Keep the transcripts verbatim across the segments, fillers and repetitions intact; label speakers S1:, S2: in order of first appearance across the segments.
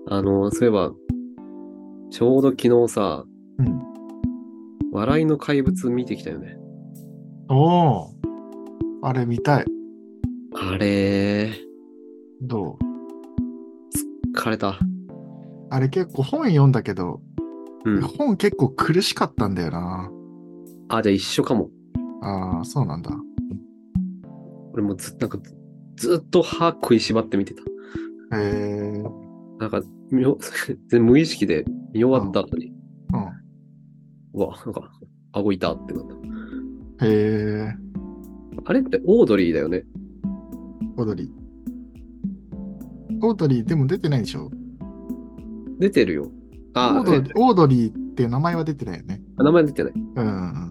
S1: あの、そういえば、ちょうど昨日さ、
S2: うん。
S1: 笑いの怪物見てきたよね。
S2: おー、あれ見たい。
S1: あれ、
S2: どう？
S1: 疲れた。
S2: あれ結構本読んだけど、
S1: うん。
S2: 本結構苦しかったんだよな。
S1: あ、じゃあ一緒かも。
S2: ああ、そうなんだ。
S1: 俺もず、なんかず、ずっと歯食いしばって見てた。
S2: へえ、うん、
S1: なんか、みょ全然無意識で見終わった後に、
S2: うん。
S1: うわ、なんか、顎痛ってなった。
S2: へえ、
S1: あれってオードリーだよね。
S2: オードリー。オードリーでも出てないでしょ？
S1: 出てるよ。あ、え、
S2: オードリー、オードリーっていう名前は出てないよね。
S1: 名前出てない。
S2: うん、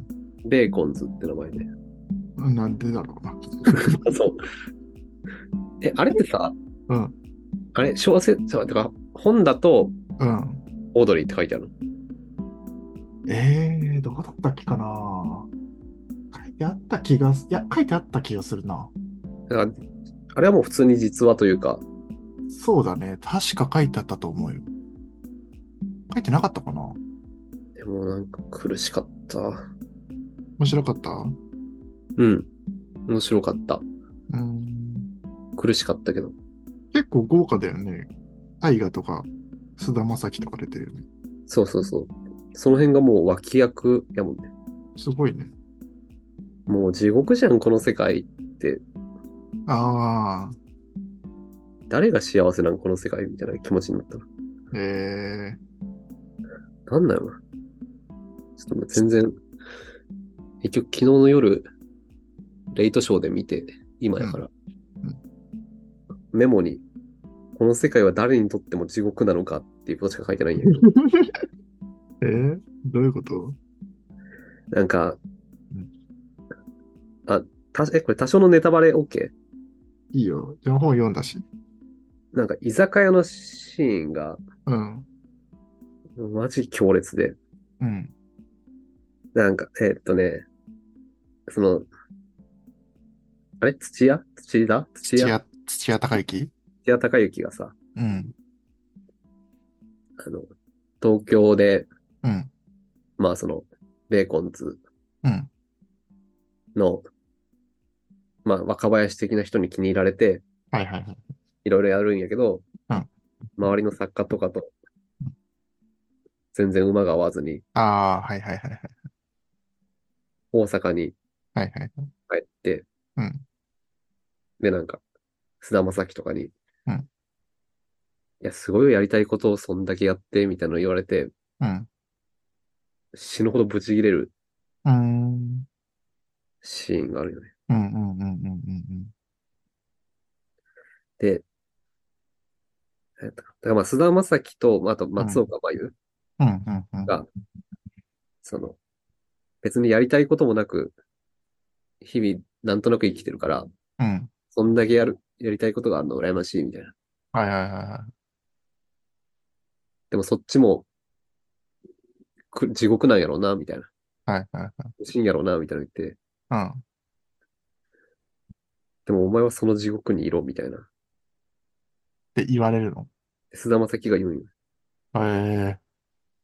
S1: ベーコンズって名前で。
S2: うん。なんでだろうな。
S1: あ、そう。え、あれってさ、
S2: うん、
S1: あれ、小説、そう、てか、本だと
S2: うん。
S1: オードリーって書いてある。
S2: ええー、どうだったっけかな。書いてあった気がす、いや、書いてあった気がするな。
S1: だから、あれはもう普通に実話というか、
S2: そうだね。確か書いてあったと思うよ。書いてなかったかな。
S1: でもなんか苦しかった。
S2: 面白かった？う
S1: うん。面白かった。
S2: ーん。
S1: 苦しかったけど。
S2: 結構豪華だよね。大河とか、菅田将暉とか出てるよね。
S1: そうそうそう。その辺がもう脇役やもんね。
S2: すごいね。
S1: もう地獄じゃん、この世界って。
S2: あ
S1: 誰が幸せなんこの世界みたいな気持ちになったら。
S2: あ、ええ
S1: なんだよな。ちょっともう全然、結局昨日の夜、レイトショーで見て、今
S2: うん、
S1: やから、
S2: うん。
S1: メモに、この世界は誰にとっても地獄なのかっていうことしか書いてないんやけど。
S2: えー、どういうこと？
S1: なんか、
S2: うん。
S1: あ、た、え、これ多少のネタバレ OK？
S2: いいよ。じゃあ本読んだし。
S1: なんか居酒屋のシーンが、
S2: うん、
S1: マジ強烈で、
S2: うん。
S1: なんか、えーっとね、その、あれ土屋土田土屋
S2: 土屋、土屋隆之。
S1: 土屋隆之がさ、
S2: うん、
S1: あの、東京で、
S2: うん、
S1: まあその、ベーコンズ
S2: うん。
S1: の、まあ若林的な人に気に入られて、
S2: はいはいはい。
S1: いろいろやるんやけど、
S2: うん。
S1: 周りの作家とかと全然馬が合わずに、
S2: ああ、はいはいはいはい。
S1: 大阪に
S2: はいはいはい。
S1: 帰って、
S2: うん、
S1: で、なんか、菅田将暉とかに、い
S2: うん、
S1: や、すごいやりたいことをそんだけやって、みたいなの言われて、
S2: うん。
S1: 死ぬほどブチ切れる
S2: うーん、
S1: シーンがあるよね。
S2: うん、うん、うん、うん、うん。
S1: で、えっとだからまあ、菅田将暉と、まあ、あと
S2: うん、
S1: 松岡真優
S2: うん、うん、うん。
S1: が、その、別にやりたいこともなく、日々、なんとなく生きてるから、
S2: うん。
S1: そんだけやる、やりたいことがあるの羨ましいみたいな。
S2: はいはいはいはい。
S1: でもそっちもく地獄なんやろうな、みたいな。
S2: はいはいはい。
S1: 欲しいんやろうな、みたいなの言って、
S2: うん。
S1: でもお前はその地獄にいろ、みたいな。
S2: って言われるの？
S1: 菅田将暉が言うんよ。
S2: ええ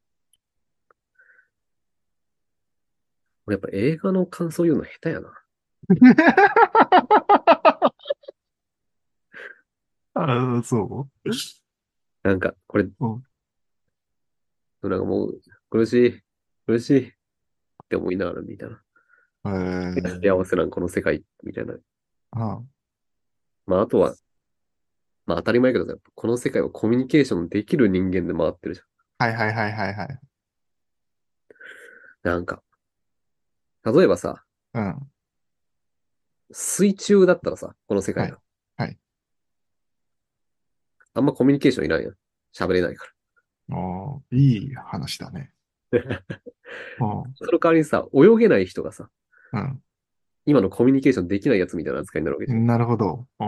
S1: 俺やっぱ映画の感想言うの下手やな。
S2: ああ、そう？
S1: なんか、これ、
S2: うん。
S1: なんかもう、苦しい、苦しいって思いながらみたいな。
S2: ええ
S1: 幸せなんこの世界、みたいな。
S2: あ
S1: まあ、あとは、まあ当たり前やけどさ、やっぱこの世界はコミュニケーションできる人間で回ってるじ
S2: はいはいはいはいはい。
S1: ゃん。なんか、例えばさ、
S2: うん。
S1: 水中だったらさ、この世界
S2: はい。
S1: が。
S2: はい。
S1: あんまコミュニケーションいないやん。喋れないか
S2: おー、いい話だね。
S1: ら。
S2: うん。
S1: その代わりにさ、泳げない人がさ、
S2: うん。
S1: 今のコミュニケーションできないやつみたいな扱いになるわけじゃん。
S2: なるほど。うん。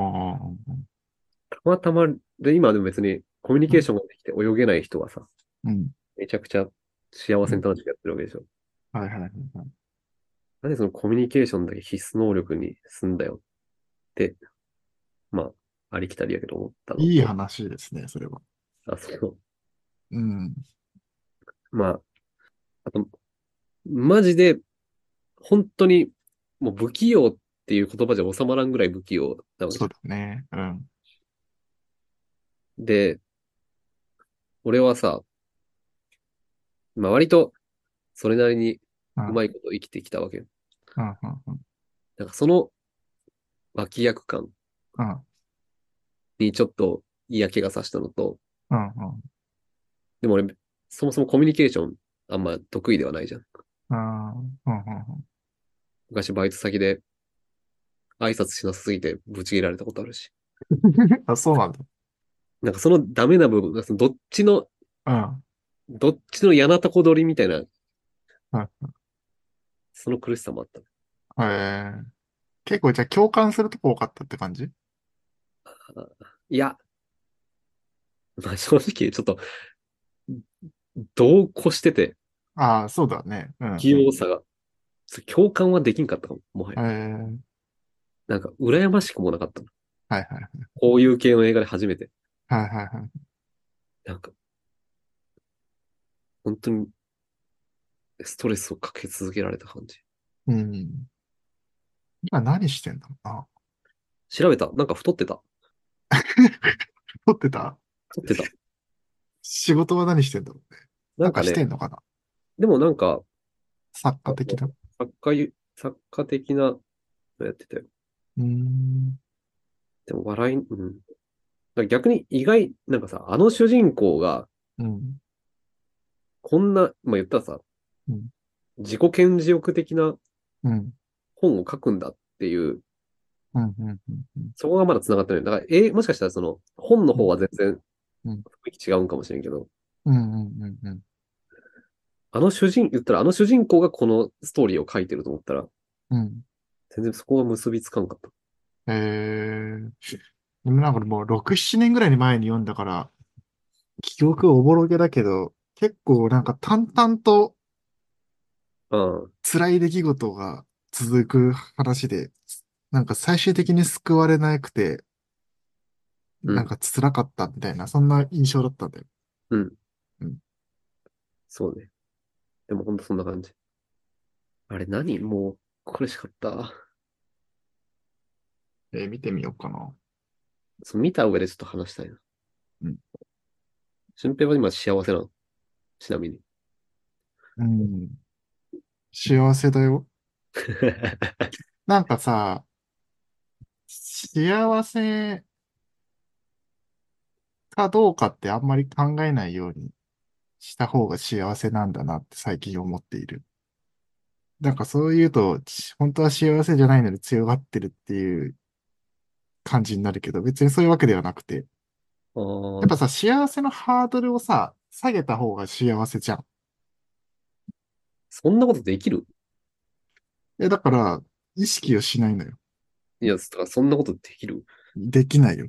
S2: うん
S1: たまたま、で、今でも別にコミュニ
S2: うん。
S1: ケーションができて泳げない人はさ、
S2: うん。
S1: めちゃくちゃ幸
S2: うん。
S1: せに楽しくやってるわけでしょ。
S2: はいはいはいはい。
S1: なんでそのコミュニケーションだけ必須能力にすんだよって、まあ、ありきたりやけど思ったの
S2: いい
S1: と、
S2: 話ですね、それは。
S1: あ、そう。
S2: うん。
S1: まあ、あと、マジで、本当に、もう不器用っていう言葉じゃ収まらんぐらい不器用なわけじ
S2: そうだね。うん。
S1: ゃん。で、俺はさ、まあ割と、それなりに
S2: うん。
S1: うまいこと生きてきたわけよ。
S2: うん。うん。うん。
S1: なんかその脇役感
S2: うん。
S1: にちょっと嫌気がさしたのと、
S2: うん。
S1: でも俺、そもそもコミュニケーションあんま得意ではないじゃん。
S2: うん。うん。うん。
S1: 昔バイト先で挨拶しなさすぎてブチ切られたことあるし。
S2: あ、そうなんだ。
S1: なんかそのダメな部分が、そのどっちの、
S2: うん。
S1: どっちの嫌なとこ取りみたいな、
S2: うん。
S1: その苦しさもあった。
S2: えー、結構じゃあ共感するとこ多かったって感じ？
S1: いや、まあ正直ちょっと、度を越してて、
S2: ああ、そうだね。うん。
S1: 器
S2: うん。
S1: 用さが、共感はできんかったかも、もは
S2: え
S1: や。
S2: ー、
S1: なんか、羨ましくもなかったの。
S2: はいはい。
S1: こういう系の映画で初めて。
S2: はいはいはい。
S1: なんか、本当にストレスをかけ続けられた感じ。
S2: うん。今何してんだろうな。
S1: 調べた。なんか太ってた。
S2: 撮ってた？
S1: 太ってた。
S2: 仕事は何してんだろうね。なんかして
S1: なんかね、
S2: んのかな？
S1: でもなんか、
S2: 作
S1: あの
S2: 家的な。
S1: 作家ゆ、作家的なのやってたよ。
S2: うーん。
S1: でも笑い、うん。だから逆に意外、なんかさ、あの主人公が、
S2: うん。
S1: こんな、まあ言ったらさ、
S2: うん。
S1: 自己顕示欲的な
S2: うん。
S1: 本を書くんだっていう、
S2: うん。うん。うん。
S1: そこがまだ繋がってない。だから、えーもしかしたらその、本の
S2: うん。
S1: 方は全然
S2: うん。
S1: 雰囲気違うんかもしれんけど、
S2: うん。うん。うん。
S1: あの主人、言ったらあの主人公がこのストーリーを書いてると思ったら、
S2: うん。
S1: 全然そこが結びつかんかった。
S2: えー、でもなんかもうろく、ななねんぐらいに前に読んだから、記憶おぼろげだけど、結構なんか淡々と
S1: うん。
S2: 辛い出来事が続く話で、なんか最終的に救われなくて、
S1: うん。
S2: なんか辛かったみたいな、そんな印象だったんだよ。
S1: うん。
S2: うん。
S1: そうね。でもほんとそんな感じ。あれ何もう、苦しかった。
S2: えー見てみようかな。
S1: そう見た上でちょっと話したいな。
S2: うん。
S1: 俊平は今幸せなの？ちなみに。
S2: うん。幸せだよ。なんかさ、幸せかどうかってあんまり考えないようにした方が幸せなんだなって最近思っている。なんかそう言うと、本当は幸せじゃないのに強がってるっていう感じになるけど、別にそういうわけではなくて、
S1: ああ、
S2: やっぱさ、幸せのハードルをさ、下げた方が幸せじゃん。
S1: そんなことできる？
S2: え、だから、意識をしないのよ。
S1: いや、だからそんなことできる？
S2: できないよ。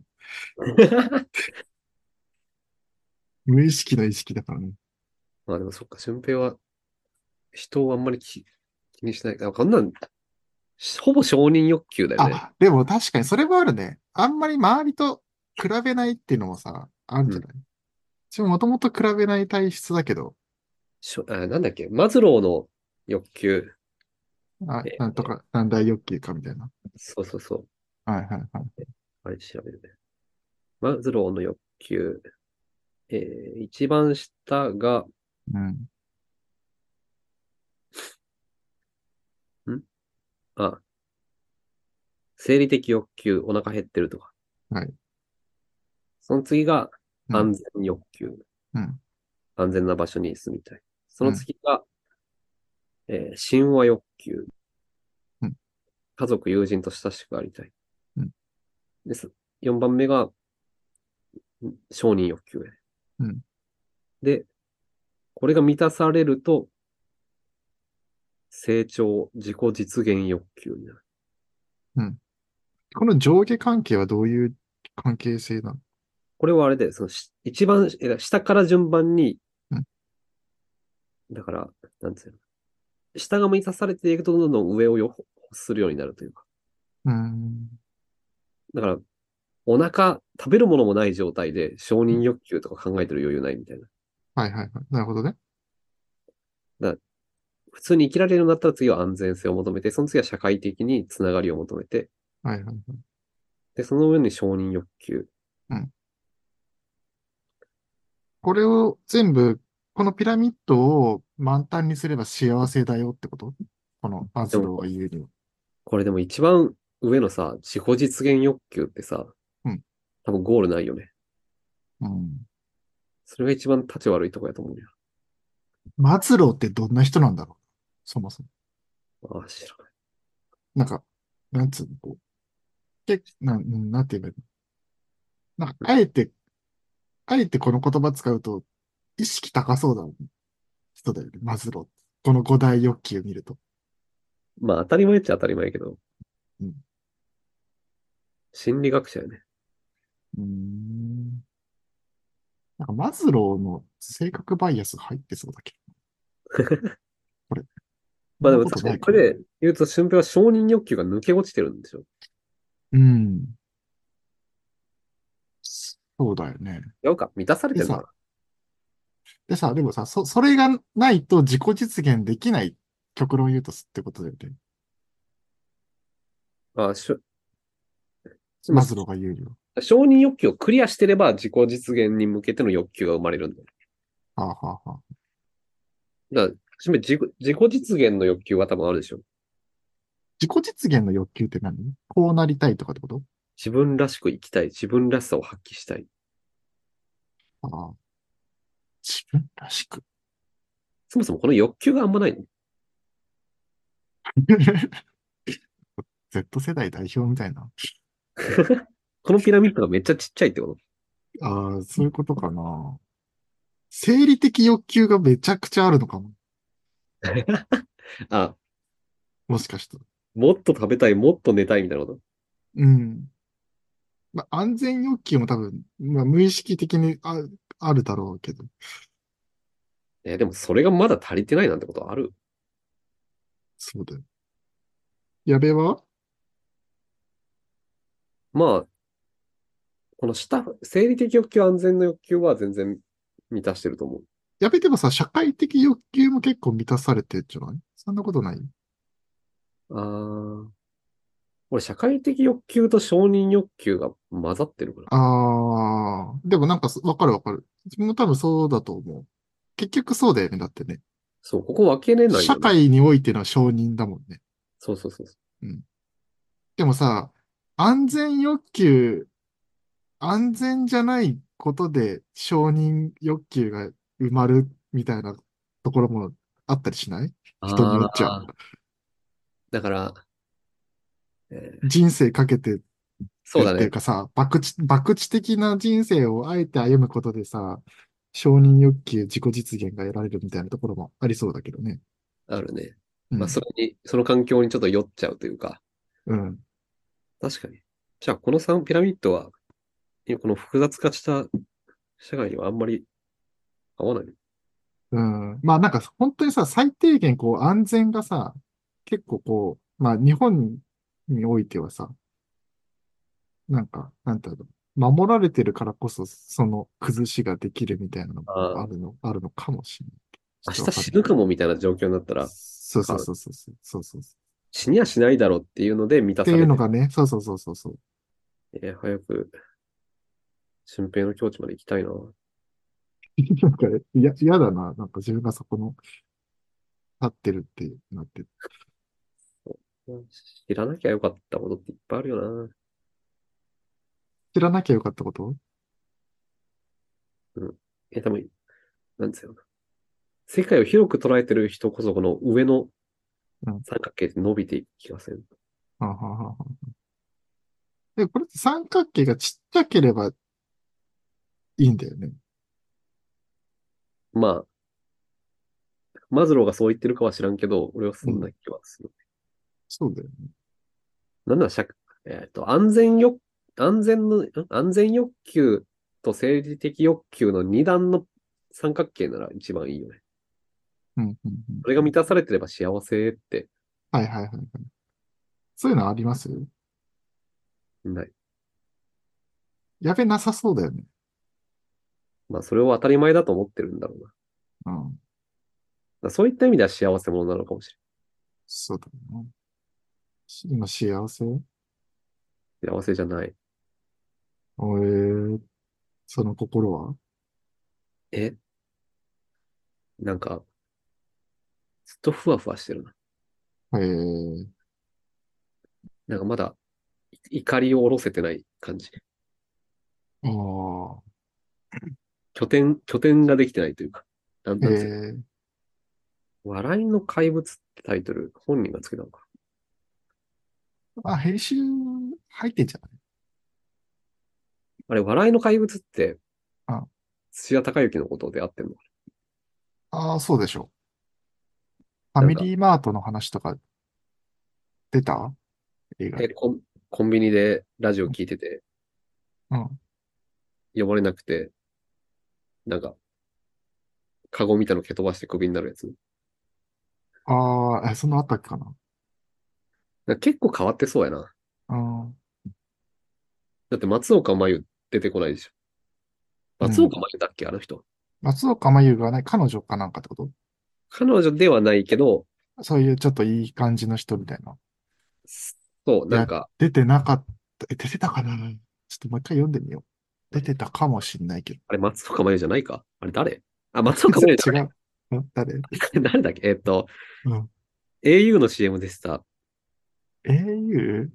S2: 無意識の意識だからね。
S1: まあでもそっか、俊平は人をあんまり気、気にしない。あこんなん、ほぼ承認欲求だよね。
S2: あ、でも確かにそれもあるね。あんまり周りと比べないっていうのもさ、あるん
S1: うん。
S2: じゃない？私ももともと比べない体質だけど、
S1: しょ、あ、なんだっけ、マズローの欲求。
S2: あ、なん
S1: え
S2: とか、何大欲求かみたいな。
S1: そうそうそう。
S2: はいはいはい。
S1: あれ調べるね。マズローの欲求。えー一番下が、
S2: うん。
S1: んあ、生理的欲求、お腹減ってるとか。
S2: はい。
S1: その次が
S2: うん。
S1: 安全欲求。
S2: うん。
S1: 安全な場所に住みたい。その
S2: うん。
S1: 次が、えー親和欲求。
S2: うん。
S1: 家族、友人と親しくありたい。
S2: うん。
S1: です。よんばんめが承認欲求。
S2: うん。
S1: で、これが満たされると、成長、自己実現欲求になる。
S2: うん。この上下関係はどういう関係性なの？
S1: これはあれで、そのし一番、え下から順番に、
S2: うん。
S1: だから、なんつうの、下が満たされていくと、どんどん上をよ欲するようになるというか。
S2: うん。
S1: だから、 お腹、食べるものもない状態で承認欲求とか考えてる余裕ないみたいな。
S2: はいはいはい。なるほどね。
S1: だから普通に生きられるようになったら次は安全性を求めて、その次は社会的につながりを求めて、
S2: はいはいはい。
S1: で、その上に承認欲求。
S2: うん。これを全部、このピラミッドを満タンにすれば幸せだよってこと？このマ
S1: でも、
S2: ズローが言うには。
S1: これでも一番上のさ、自己実現欲求ってさ、
S2: うん。
S1: 多分ゴールないよね。
S2: うん。
S1: それが一番立ち悪いとこやと思うよ。
S2: マズローってどんな人なんだろう、そもそも。
S1: ああ、知らない。
S2: なんか、なんつうの、こう、け、なん、なんて言えばいいの？なんか、あえて、あえてこの言葉使うと、意識高そうな人だよね、マズローって。この五大欲求を見ると。
S1: まあ当たり前っちゃ当たり前やけど、
S2: うん。
S1: 心理学者やね。
S2: うーん。なんか、マズローの性格バイアス入ってそうだけど、これ、そんな
S1: まあでも確か
S2: ことないかな。
S1: にこれで言うと、俊平は承認欲求が抜け落ちてるんでしょ。
S2: うん。そうだよね。
S1: 違うか、満たされ
S2: でさ、
S1: てんのか
S2: でさ、でもさ、そ、それがないと自己実現できない極論言うとってことだよね。
S1: な。ああ、しょ、でも
S2: マズローが言うには。
S1: 承認欲求をクリアしてれば自己実現に向けての欲求が生まれるんだよ。
S2: はあ、はあはあ、
S1: だから、しめ自己自己実現の欲求は多分あるでしょ。
S2: 自己実現の欲求って何？こうなりたいとかってこと？
S1: 自分らしく生きたい。自分らしさを発揮したい。
S2: ああ、自分らしく。
S1: そもそもこの欲求があんまないの。
S2: Z 世代代表みたいな。
S1: このピラミッドがめっちゃちっちゃいってこ
S2: ああ、そういうことかな。生理的欲求がめちゃくちゃあるのかも。
S1: とあ、
S2: もしかしたら。
S1: もっと食べたい、もっと寝たいみたいなこと。
S2: うん。まあ、安全欲求も多分、まあ、無意識的にあ、あるだろうけど。
S1: えーでもそれがまだ足りてないなんてことある？
S2: そうだよ。矢部は？
S1: まあ、この下、生理的欲求、安全の欲求は全然満たしてると思う。
S2: 矢部でもさ、社会的欲求も結構満たされてるんじゃない？そんなことない？
S1: ああ、俺社会的欲求と承認欲求が混ざってるから。
S2: ああ、でもなんかそわかるわかる。自分も多分そうだと思う。結局そうだよね。だってね。
S1: そう、ここ分けれないよね。
S2: 社会においての承認だもんね。
S1: そうそうそうそ
S2: うん。でもさ、安全欲求、安全じゃないことで承認欲求が埋まるみたいなところもあったりしない？
S1: う。
S2: 人によ
S1: あ
S2: っちゃ。
S1: あ、だから、えー
S2: 人生かけてるっていう
S1: そうだね。
S2: かさ、博打、博打的な人生をあえて歩むことでさ、承認欲求、自己実現が得られるみたいなところもありそうだけどね。
S1: あるね。まあ、そ
S2: うん。
S1: れに、その環境にちょっと酔っちゃうというか、
S2: うん。
S1: 確かに。じゃあ、このさんピラミッドは、この複雑化した社会にはあんまり合わない。
S2: うん。まあなんか本当にさ、最低限こう安全がさ、結構こう、まあ日本においてはさ、なんか、なんていうの、守られてるからこそ、その崩しができるみたいなのも
S1: ああ、
S2: あるの、あるのかもしれない。ちょ
S1: 明
S2: っとわかんない。
S1: 日死ぬかもみたいな状況になったら
S2: そうそう
S1: 変わる。
S2: そうそうそう。そうそうそう。
S1: 死にはしないだろうっていうので満た
S2: って
S1: されてる。
S2: いうのがね、そうそうそうそうそう。
S1: えー早く、俊平の境地まで行きたいな。
S2: なんか、いや、嫌だな。なんか自分がそこの立ってるってなって。
S1: 知らなきゃよかったことっていっぱいあるよな。
S2: 知らなきゃよかったこと？
S1: うん。え、多分、なんですよ。世界を広く捉えてる人こそこの上の
S2: うん。
S1: 三角形で伸びていく気がする。
S2: はあはあはあはあ。で、これって三角形がちっちゃければいいんだよね。
S1: まあ、マズローがそう言ってるかは知らんけど、俺はそんな
S2: うん。
S1: 気はする。
S2: そうだよね。
S1: なんだ、社えっと、安全欲、安全の、ん安全欲求と生理的欲求の二段の三角形なら一番いいよね。
S2: うん、うん、うん。
S1: それが満たされてれば幸せって
S2: はいはいはいはい。そういうのあります？
S1: ない。
S2: やべなさそうだよね。
S1: まあ、それを当たり前だと思ってるんだろうな。だか
S2: うん。
S1: らそういった意味では幸せ者なのかもし
S2: そうだね。今幸せ？
S1: れない。幸せじゃない。
S2: おえー、その心は？
S1: え、なんか、ずっとふわふわしてるな。
S2: えー、
S1: なんかまだ、い怒りを下ろせてない感じ。
S2: ああ、
S1: 拠点、拠点ができてないというか。なん、
S2: え
S1: なんつう
S2: ー、
S1: の。笑いの怪物ってタイトル、本人がつけたのか。
S2: あ、編集入ってんじゃない？
S1: あれ、笑いの怪物って、
S2: あ、
S1: 土屋隆之のことであってんのか
S2: あー、そうでしょ。ファ
S1: な。なんか、
S2: ミリーマートの話とか出た？映画
S1: え、
S2: で。
S1: コン、コンビニでラジオ聞いてて、
S2: うん。
S1: 呼ばれなくて、なんか、カゴみたいなの蹴飛ばしてクビになるやつ。
S2: ああ、え、そんなあったっけかな。
S1: なんか結構変わってそうやな。
S2: うん。
S1: だって松岡真優出てこないでしょ。
S2: うん。
S1: 松岡真優だっけあの人。
S2: 松岡真優がね、彼女かなんかってこと？
S1: 彼女ではないけど、
S2: そういうちょっといい感じの人みたいな。
S1: そう、
S2: いや、
S1: なんか、
S2: 出てなかった。え、出てたかな？ちょっともう一回読んでみよう。出てたかもしんないけど。
S1: あれ松岡真優じゃないかあれ誰？あ、松岡真優じ
S2: 違う。ん誰？
S1: ゃない。誰だっけ？えっと、
S2: うん。
S1: au の シーエム でした。
S2: au?au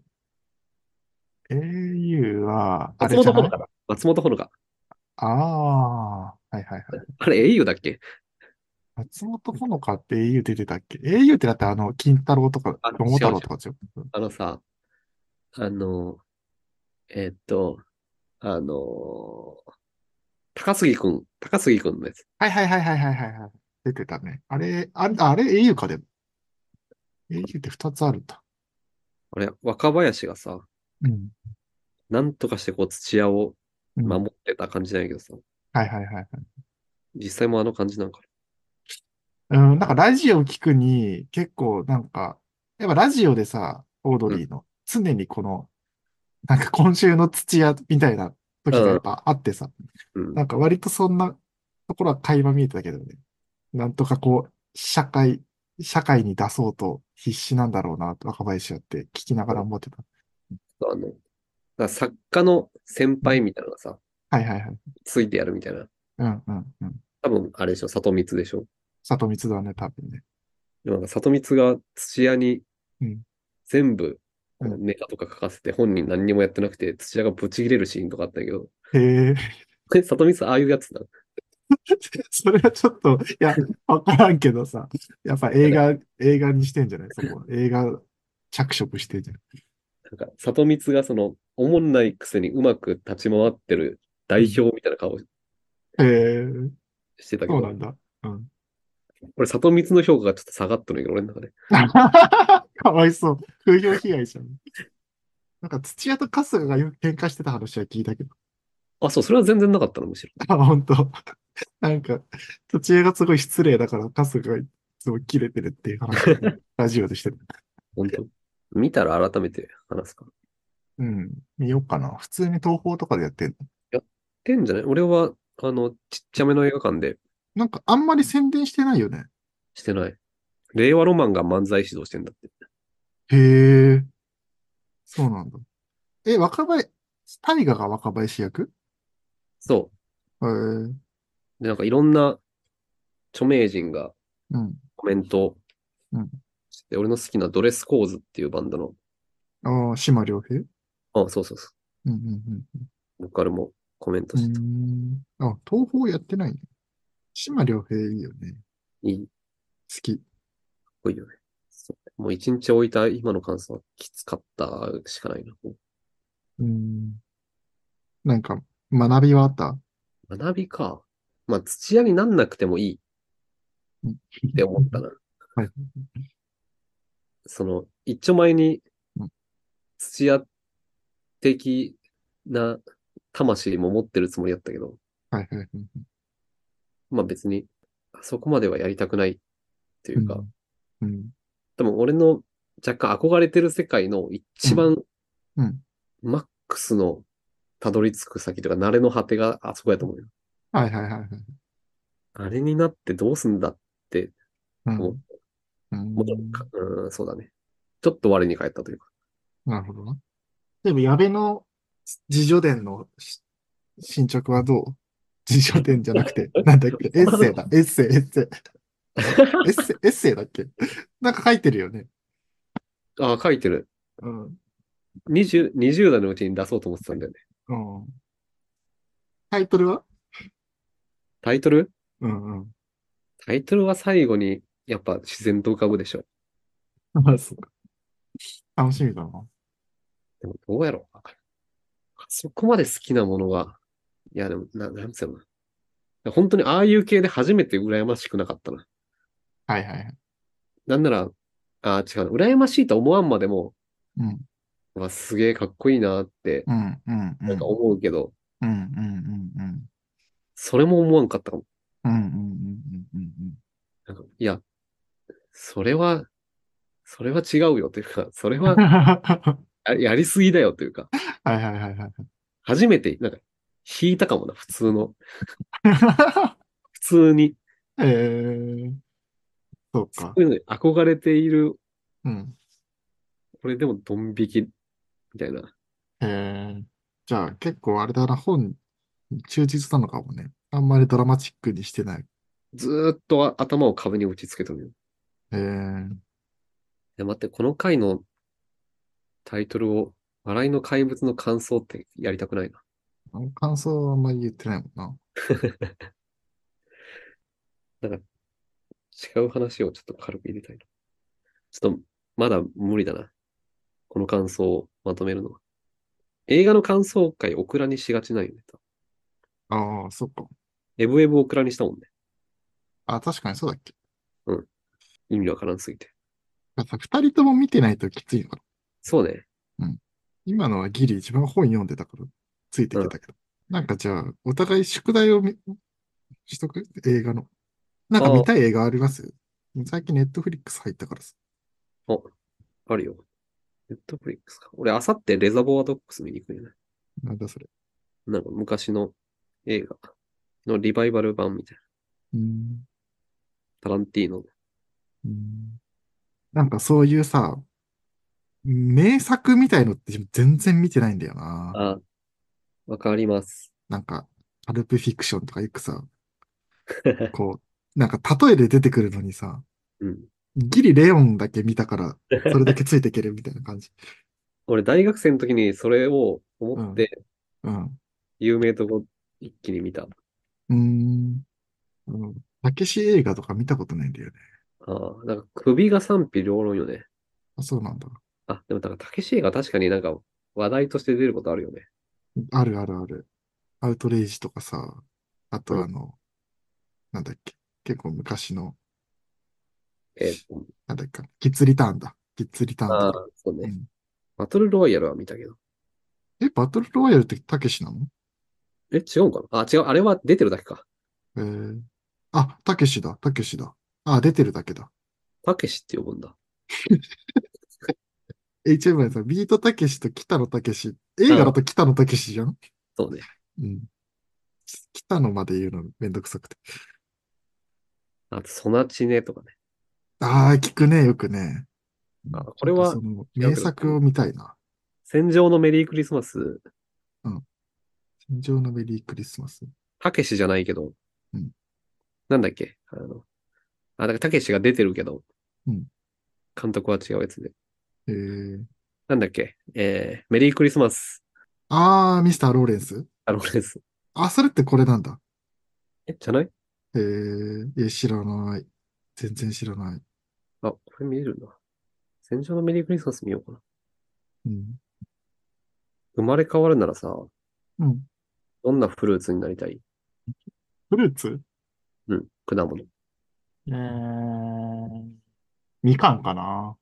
S2: は、あ
S1: 松
S2: れじゃない？
S1: 本穂香だ。松本穂香。
S2: ああー、はいはいはい。
S1: あれ au だっけ？
S2: 松本穂香って au 出てたっけ？ au ってだってあの、金太郎とか、
S1: あ、
S2: 桃
S1: 違う違う。
S2: 太郎とかでしょ？うん。
S1: あのさ、あの、えっと、あの、高杉くん、高杉くんのやつ。
S2: はいはいはいはいはいはいはい。出てたね。あれ、あれ、あれ au かでも。au って二つあるんだ。
S1: あれ、若林がさ、
S2: うん。
S1: なんとかしてこう土屋を
S2: うん。
S1: 守ってた感じなんやけどさ、
S2: はいはいはいはい。
S1: 実際もあの感じなんか
S2: うん、なんかラジオ聞くに結構なんか、やっぱラジオでさ、オード
S1: な。うん。
S2: リーの常にこの、なんか今週の土屋みたいな時がやっ
S1: うん。
S2: ぱあってさ、
S1: うん。
S2: なんか割とそんなところは垣間見えてたけどね。なんとかこう、社会、社会に出そうと必死なんだろうな、若林やって聞きながら思ってた。
S1: あの、だから作家の先
S2: うん。
S1: 輩みたいなのがさ、
S2: はいはいはい。
S1: ついてやるみたいな。
S2: うんうんうん。
S1: 多分、あれでしょ、里光でしょ。
S2: 里光だね、多分ね。
S1: でもなんか里光が土屋に
S2: うん。
S1: 全部、
S2: うん。
S1: こうネタとか書かせて本人何にもやってなくて、土屋がブチ切れるシーンとかあったんやけど、
S2: へえ。
S1: これ里光ああいうやつなの。
S2: それはちょっと、いや、わからんけどさ、やっぱ映画、映画にしてんじゃないそこは？映画着色してんじゃない？
S1: なんか、里光がその、おもんないくせにうまく立ち回ってる代
S2: うん。
S1: 表みたいな顔
S2: へえ、
S1: してたけど、
S2: そうなんだ。うん。
S1: これ里光の評価がちょっと下がったのよ、俺の中で。
S2: かわいそう。風評被害じゃん。なんか土屋と春日がよく喧嘩してた話は聞いたけど。
S1: あ、そう、それは全然なかったの、むしろ。
S2: あ、本当。なんか、土屋がすごい失礼だから春日がいつも切れてるっていう話をラジオでしてた。
S1: 本当見たら改めて話すか。
S2: うん。見ようかな。普通に東宝とかでやってんの？
S1: やってんじゃない？俺は、あの、ちっちゃめの映画館で
S2: なんかあんまり宣伝してないよね。
S1: してない。令和ロマンが漫才指導してんだって。
S2: へえ、そうなんだ。え、若林、大河が若林役？
S1: そ
S2: へえ、
S1: う。で、なんかいろんな著名人が
S2: うん、
S1: コメント
S2: うん。
S1: して、俺の好きなドレスコーズっていうバンドの、
S2: ああ、島良平？
S1: あ、そうそうそ
S2: うん、うん、
S1: う。ボーカルもコメント
S2: うん。
S1: してた。
S2: うーん。あ、東宝やってないね。島良平いいよね。
S1: いい、
S2: 好き。
S1: 濃いよね。そうもう一日置いた今の感想はきつかったしかないな。
S2: うーん。なんか、学びはあった？
S1: 学びか。まあ、土屋になんなくてもいいっ
S2: うん。
S1: て思ったな。
S2: はい。
S1: その、一丁前に
S2: うん。
S1: 土屋的な魂も持ってるつもりだったけど、
S2: はいはいはい。
S1: まあ別に、そこまではやりたくないっていうか、
S2: うん。うん。
S1: 多分俺の若干憧れてる世界の
S2: うん。
S1: 一番
S2: うん。
S1: マックスのたどり着く先というか、慣れの果てがあそこやと思うよ。
S2: はいはいはいはい。
S1: あれになってどうすんだって思う。
S2: うん。う
S1: もちろんか、
S2: ん。
S1: うん、そうだね。ちょっと我に返ったというか。
S2: なるほどな。でも、矢部の自叙伝のし進捗はどう？自叙伝じゃなくて、なんだっけ、エッセイだ。エッセイ、エッセイ。エッセイ、エッセイだっけ？なんか書いてるよね。
S1: ああ、書いてる。
S2: うん。
S1: にじゅう、にじゅう代のうちに出そうと思ってたんだよね。
S2: うん。タイトルは？
S1: タイトル
S2: うんうん。
S1: タイトルは最後に、やっぱ自然と浮かぶでしょ。
S2: あ、そうか。楽しみだな。
S1: でもどうやろう。そこまで好きなものは、いやでも、な、なんつうのかな。本当にああいう系で初めて羨ましくなかったな。
S2: はいはいはい。
S1: なんなら、ああ、違うな。羨ましいと思わんまでも、
S2: うん。
S1: わすげえかっこいいなって、
S2: うん、うん、う
S1: なんか
S2: ん。
S1: 思うけど、
S2: うん、うん、うん、うん。
S1: それも思わんかったかも。
S2: うん、うん、うん、うん、うん。
S1: なんかいや、それは、それは違うよというか、それは
S2: は
S1: ややりすぎだよというか、
S2: いはいはいはい。
S1: 初めて、なんか、弾いたかもな、普通の。普通に、
S2: えー、そうか。
S1: そういうのに憧れている、
S2: うん。
S1: これでもドン引き、みたいな。
S2: えー、じゃあ結構あれだな、本に忠実なのかもね。あんまりドラマチックにしてない。
S1: ずーっと頭を壁に打ち付けてるよ。
S2: えー、
S1: や、待って、この回のタイトルを、笑いの怪物の感想ってやりたくないな。
S2: 感想はあんまり言ってないもんな。
S1: なんか違う話をちょっと軽く入れたいな。ちょっと、まだ無理だな。この感想をまとめるのは。映画の感想会オクラにしがちなんよね。
S2: ああ、そっか。
S1: エブエブオクラにしたもんね。
S2: あ、確かにそうだっけ。
S1: うん。意味わからんすぎて。
S2: やっぱ二人とも見てないときついのか
S1: そうね。
S2: な。うん。今のはギリ一番本読んでたから、ついてい
S1: うん。
S2: けたけど。なんかじゃあ、お互い宿題をみしとく？映画の。なんか見
S1: あ
S2: たい映画あります？最近ネットフリックス入ったからさ。
S1: あ、あ、あるよ。ネットフリックスか。俺、あさってレザボアドックス見に行くよね。
S2: なんだそれ。
S1: なんか昔の映画のリバイバル版みたいな。
S2: うん。
S1: タランティーノの。
S2: うん。なんかそういうさ、名作みたいのって全然見てないんだよな。
S1: あ、わかります。
S2: なんか、パルプフィクションとかよくさ、こう、なんか例えで出てくるのにさ、
S1: うん。
S2: ギリレオンだけ見たから、それだけついていけるみたいな感じ。
S1: 俺、大学生の時にそれを思っ
S2: うん。
S1: て、
S2: うん。
S1: 有名とこ一気に見た。
S2: うーん。うん。たけし映画とか見たことないんだよね。
S1: ああ、なんか首が賛否両論よね。
S2: あ、そうなんだ。
S1: あ、でも、だから、たけし映画確かになんか話題として出ることあるよね。
S2: あるあるある。アウトレイジとかさ、あ
S1: うん。
S2: とあの、なんだっけ。結構昔の、
S1: えーっと、
S2: なんだっけ。キッズリターンだ。キッズリターンとか。
S1: ああ、そうね。
S2: うん。
S1: バトルロワイヤルは見たけど。
S2: え、バトルロワイヤルってたけしなの？
S1: え、違うんかなあ、違う。あれは出てるだけか。
S2: えー、あ、たけしだ、たけしだ。あ、出てるだけだ。
S1: たけしって呼ぶんだ。
S2: エイチエム さん、ビートたけしと北野たけし。映画だ
S1: ああ、
S2: と北野たけしじゃん？
S1: そうね。
S2: うん。北野まで言うのめんどくさくて。
S1: あと、ソナチネとかね。
S2: ああ、聞くね、よくね。う
S1: あ、
S2: ん、ちょっと
S1: これは
S2: その
S1: 違うけど、
S2: 名作を見たいな。
S1: 戦場のメリークリスマス、
S2: うん。戦場のメリークリスマス。
S1: たけしじゃないけど、
S2: うん。
S1: なんだっけあの、あ、だからたけしが出てるけど、
S2: うん。
S1: 監督は違うやつで。
S2: えー、
S1: なんだっけえー、メリークリスマス、
S2: あー、ミスターローレンス。
S1: あのです。
S2: あ、それってこれなんだ。
S1: え、じゃない
S2: えー、え、知らない。全然知らない。
S1: あ、これ見えるな。戦場のメリークリスマス見ようかな。
S2: うん。
S1: 生まれ変わるならさ、
S2: うん。
S1: どんなフルーツになりたい？
S2: フルーツ？
S1: うん、果物。
S2: えー、みかんかな。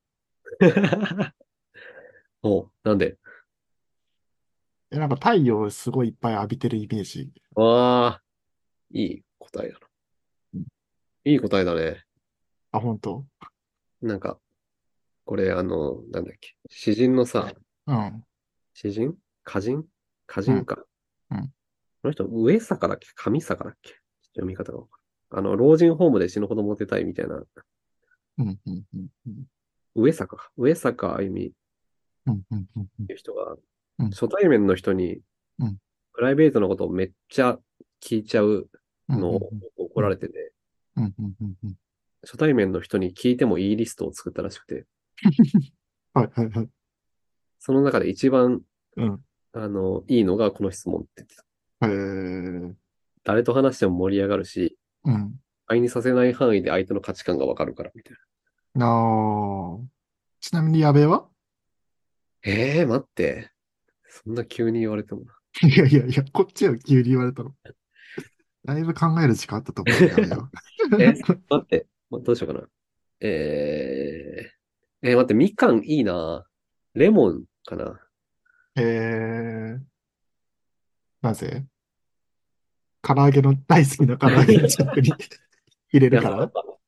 S1: おう、なんで？
S2: え、なんか太陽すごいいっぱい浴びてるイメージ。
S1: わあ、いい答えだな。
S2: うん。
S1: いい答えだね。
S2: あ、本当？
S1: なんか、これあの、なんだっけ。詩人のさ、
S2: うん。
S1: 詩人歌人歌
S2: うん。
S1: 人か。
S2: うん。
S1: この人、上坂だっけ上坂だっけ読み方がわかる。あの、老人ホームで死ぬほどモテたいみたいな、
S2: うん。うん。うん。うん。
S1: 上坂か。上坂あゆみっ
S2: うん。うん。うん。
S1: ていう人が、
S2: うん。
S1: 初対面の人に
S2: うん。
S1: プライベートのことをめっちゃ聞いちゃう
S2: うん。
S1: のを怒
S2: うん。
S1: られてて、
S2: うん。うん。うん。うん。
S1: 初対面の人に聞いてもいいリストを作ったらしくて、
S2: はい。はい。はい。
S1: その中で一番、
S2: うん。
S1: あの、いいのがこの質問って言ってた。
S2: へえ。
S1: 誰と話しても盛り上がるし、
S2: うん。
S1: 相にさせない範囲で相手の価値観がわかるから、みたいな。
S2: ああ。ちなみに矢部は？
S1: ええー、待って。そんな急に言われてもな。
S2: いやいやいや、こっちは急に言われたの。だいぶ考える時間あったと思うよ、矢部は。
S1: え、待って。まどうしようかな。えー、えー待って、みかんいいな。レモンかな。
S2: へえ。なぜ？唐揚げの、大好きな唐揚げの近くに入れ
S1: いや、そ
S2: るから？
S1: う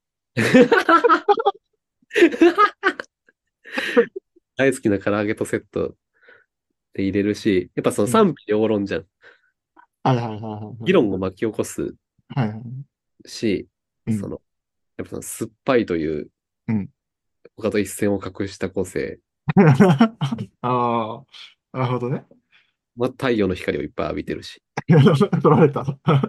S1: 大好きな唐揚げとセットで入れるし、やっぱその
S2: うん。
S1: 賛否両論じゃん。
S2: はいはいはいはいはい。
S1: 議論を巻き起こす
S2: はいはい。
S1: し、
S2: うん。
S1: その、やっぱその酸っぱいという
S2: うん。
S1: 他と一線を画した個性、
S2: ああ、なるほどね。
S1: まあ、太陽の光をいっぱい浴びてるし。
S2: 取られた。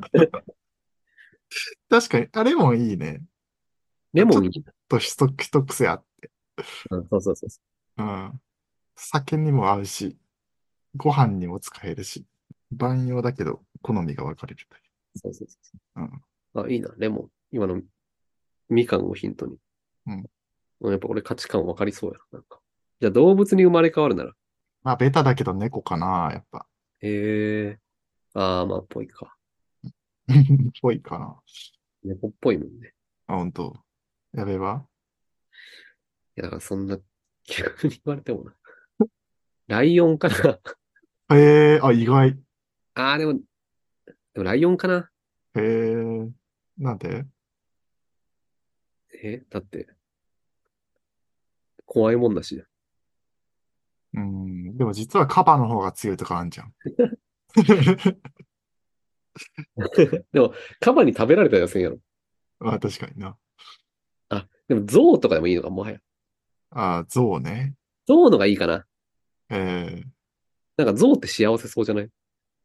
S2: 確かに、あれもいいね。ちょっ
S1: レモンいいな。
S2: と一一癖あって。
S1: うん、そうそうそうそ
S2: うん。酒にも合うし、ご飯にも使えるし、万用だけど、好みが分かれるとい
S1: う。そうそうそ
S2: う。うん。
S1: う。あ、いいな、レモン。今のみかんをヒントに。
S2: うん。
S1: うんやっぱ俺価値観分かりそうやな。なんか。じゃあ動物に生まれ変わるなら。
S2: まあ、ベタだけど猫かな、やっぱ。
S1: ええー、ああ、まあ、っぽいか。
S2: ぽいかな。
S1: 猫っぽいもんね。
S2: あ、本当。やべえわ。
S1: いや、だからそんな、逆に言われてもな。ライオンかな。
S2: ええー、あ、意外。
S1: ああ、でも、でもライオンかな。
S2: へえ、なんで？
S1: え、だって、怖いもんだし。
S2: うん、でも実はカバの方が強いとかあんじゃん。
S1: でも、カバに食べられたりはせんやろ。
S2: まあ、確かにな。
S1: あ、でも、ゾウとかでもいいのか、もはや。
S2: あ、象ね。
S1: ゾウのがいいかな。
S2: ええ。
S1: なんか、ゾウって幸せそうじゃない？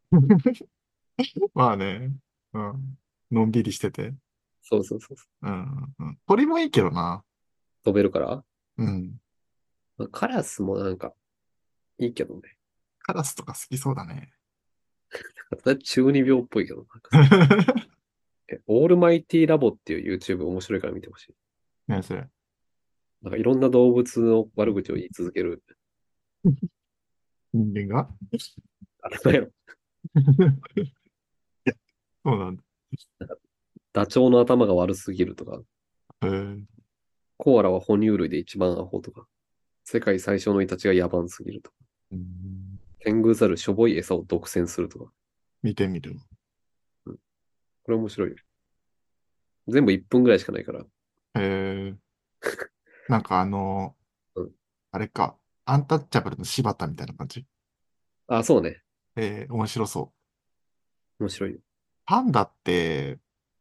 S2: まあね。うん。のんびりしてて。
S1: そうそうそうそう。
S2: うん。うん。鳥もいいけどな。
S1: 飛べるから。
S2: うん。
S1: まあ、カラスもなんか、いいけどね。
S2: カラスとか好きそうだね。
S1: だって中二病っぽいけど、なんかさ。え、オールマイティラボっていう YouTube 面白いから見てほしい。
S2: ね、それ。
S1: なんかいろんな動物の悪口を言い続ける。
S2: 人間が。
S1: あれだよ。
S2: いや、そうなんだ。
S1: ダチョウの頭が悪すぎるとか、
S2: へえ。
S1: コアラは哺乳類で一番アホとか、世界最小のイタチが野蛮すぎるとか、
S2: うん。
S1: テングザルしょぼい餌を独占するとか。
S2: 見てみる。
S1: うん、これ面白いよ。全部いっぷんぐらいしかないから。
S2: へえ。なんかあの、
S1: うん、
S2: あれか。アンタッチャブルの柴田みたいな感じ。
S1: あ、そうね。
S2: えー、面白そう。
S1: 面白いよ。
S2: パンダって、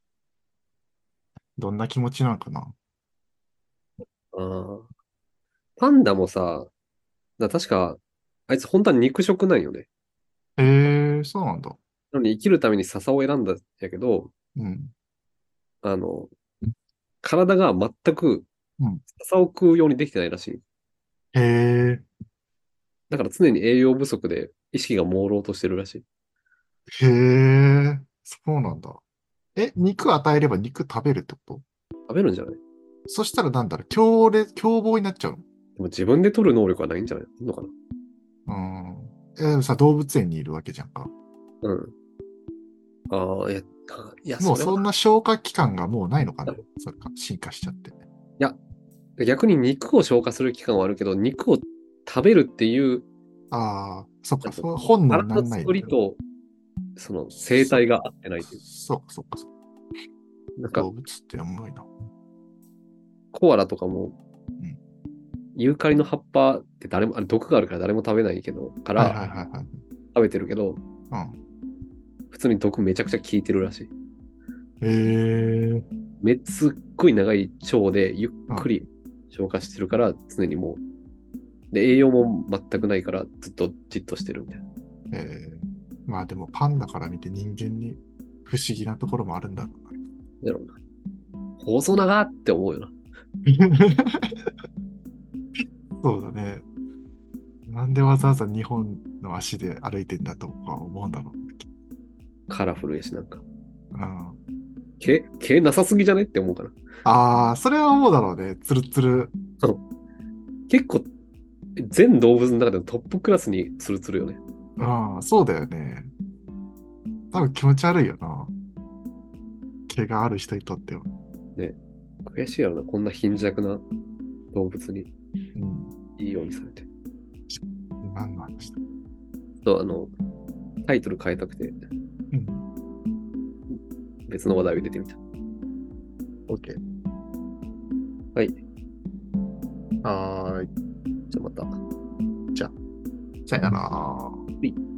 S2: どんな気持ちなのかな？
S1: あーパンダもさ、だ確か、あいつ本当は肉食なんよね。
S2: えー、そうなんだ。
S1: なのに生きるために笹を選んだんやけど、
S2: うん。
S1: あの、体が全く
S2: うん。
S1: 笹を食うようにできてないらしい。
S2: へえ、
S1: だから常に栄養不足で意識が朦朧としてるらしい。
S2: へえ、そうなんだ。え、肉与えれば肉食べるってこと？
S1: 食べるんじゃない？で
S2: そしたらなんだろう、凶烈、凶暴になっちゃう
S1: も自分で取る能力はないんじゃないのかな？
S2: の？うん。えーさ、動物園にいるわけじゃんか。
S1: うん。ああ、いや、あいや、それは、
S2: もうそんな消化器官がもうないのかね？それか、進化しちゃって。
S1: いや、逆に肉を消化する器官はあるけど、肉を食べるっていう、
S2: ああ、そっか、
S1: なんていうの
S2: そう本能にな
S1: 腹の
S2: んないんだ。
S1: 作りと、その生
S2: そ、
S1: 態が合ってないという。
S2: そっか、そっか、そっか。
S1: なんか、
S2: 動物って重いな。
S1: コアラとかも、
S2: うん。
S1: ユーカリの葉っぱって誰も、あれ毒があるから誰も食べないけど、か
S2: はい
S1: ら
S2: はいはいはい。
S1: 食べてるけど、
S2: うん。
S1: 普通に毒めちゃくちゃ効いてるらしい。
S2: えー、
S1: めすっごい長い腸でゆっ
S2: あ、
S1: くり消化してるから常にもう、で、栄養も全くないからずっとじっとしてるみたいな。
S2: えー、まあでもパンダから見て人間に不思議なところもあるんだろ
S1: だろうな。細長って思うよな。
S2: うな。そうだね。なんでわざわざ日本の足で歩いてんだとか思うんだろ
S1: カラフルやし、なんか。
S2: う。うん、
S1: 毛、毛なさすぎじゃねって思うかな。
S2: ああ、それは思うだろうね。つるつる。
S1: そう結構、全動物の中でもトップクラスにツルツルよね。
S2: ああ、そうだよね。多分気持ち悪いよな。毛がある人にとっては。
S1: ね。悔しいやろな。こんな貧弱な動物に
S2: うん。
S1: いいようにされて。
S2: 何の話だ。
S1: と、あの、タイトル変えたくて、
S2: うん。
S1: 別の話題を入れてみた。
S2: OK。
S1: はい。
S2: はーい。
S1: じゃあまた。
S2: じゃあ、さよなら。
S1: はい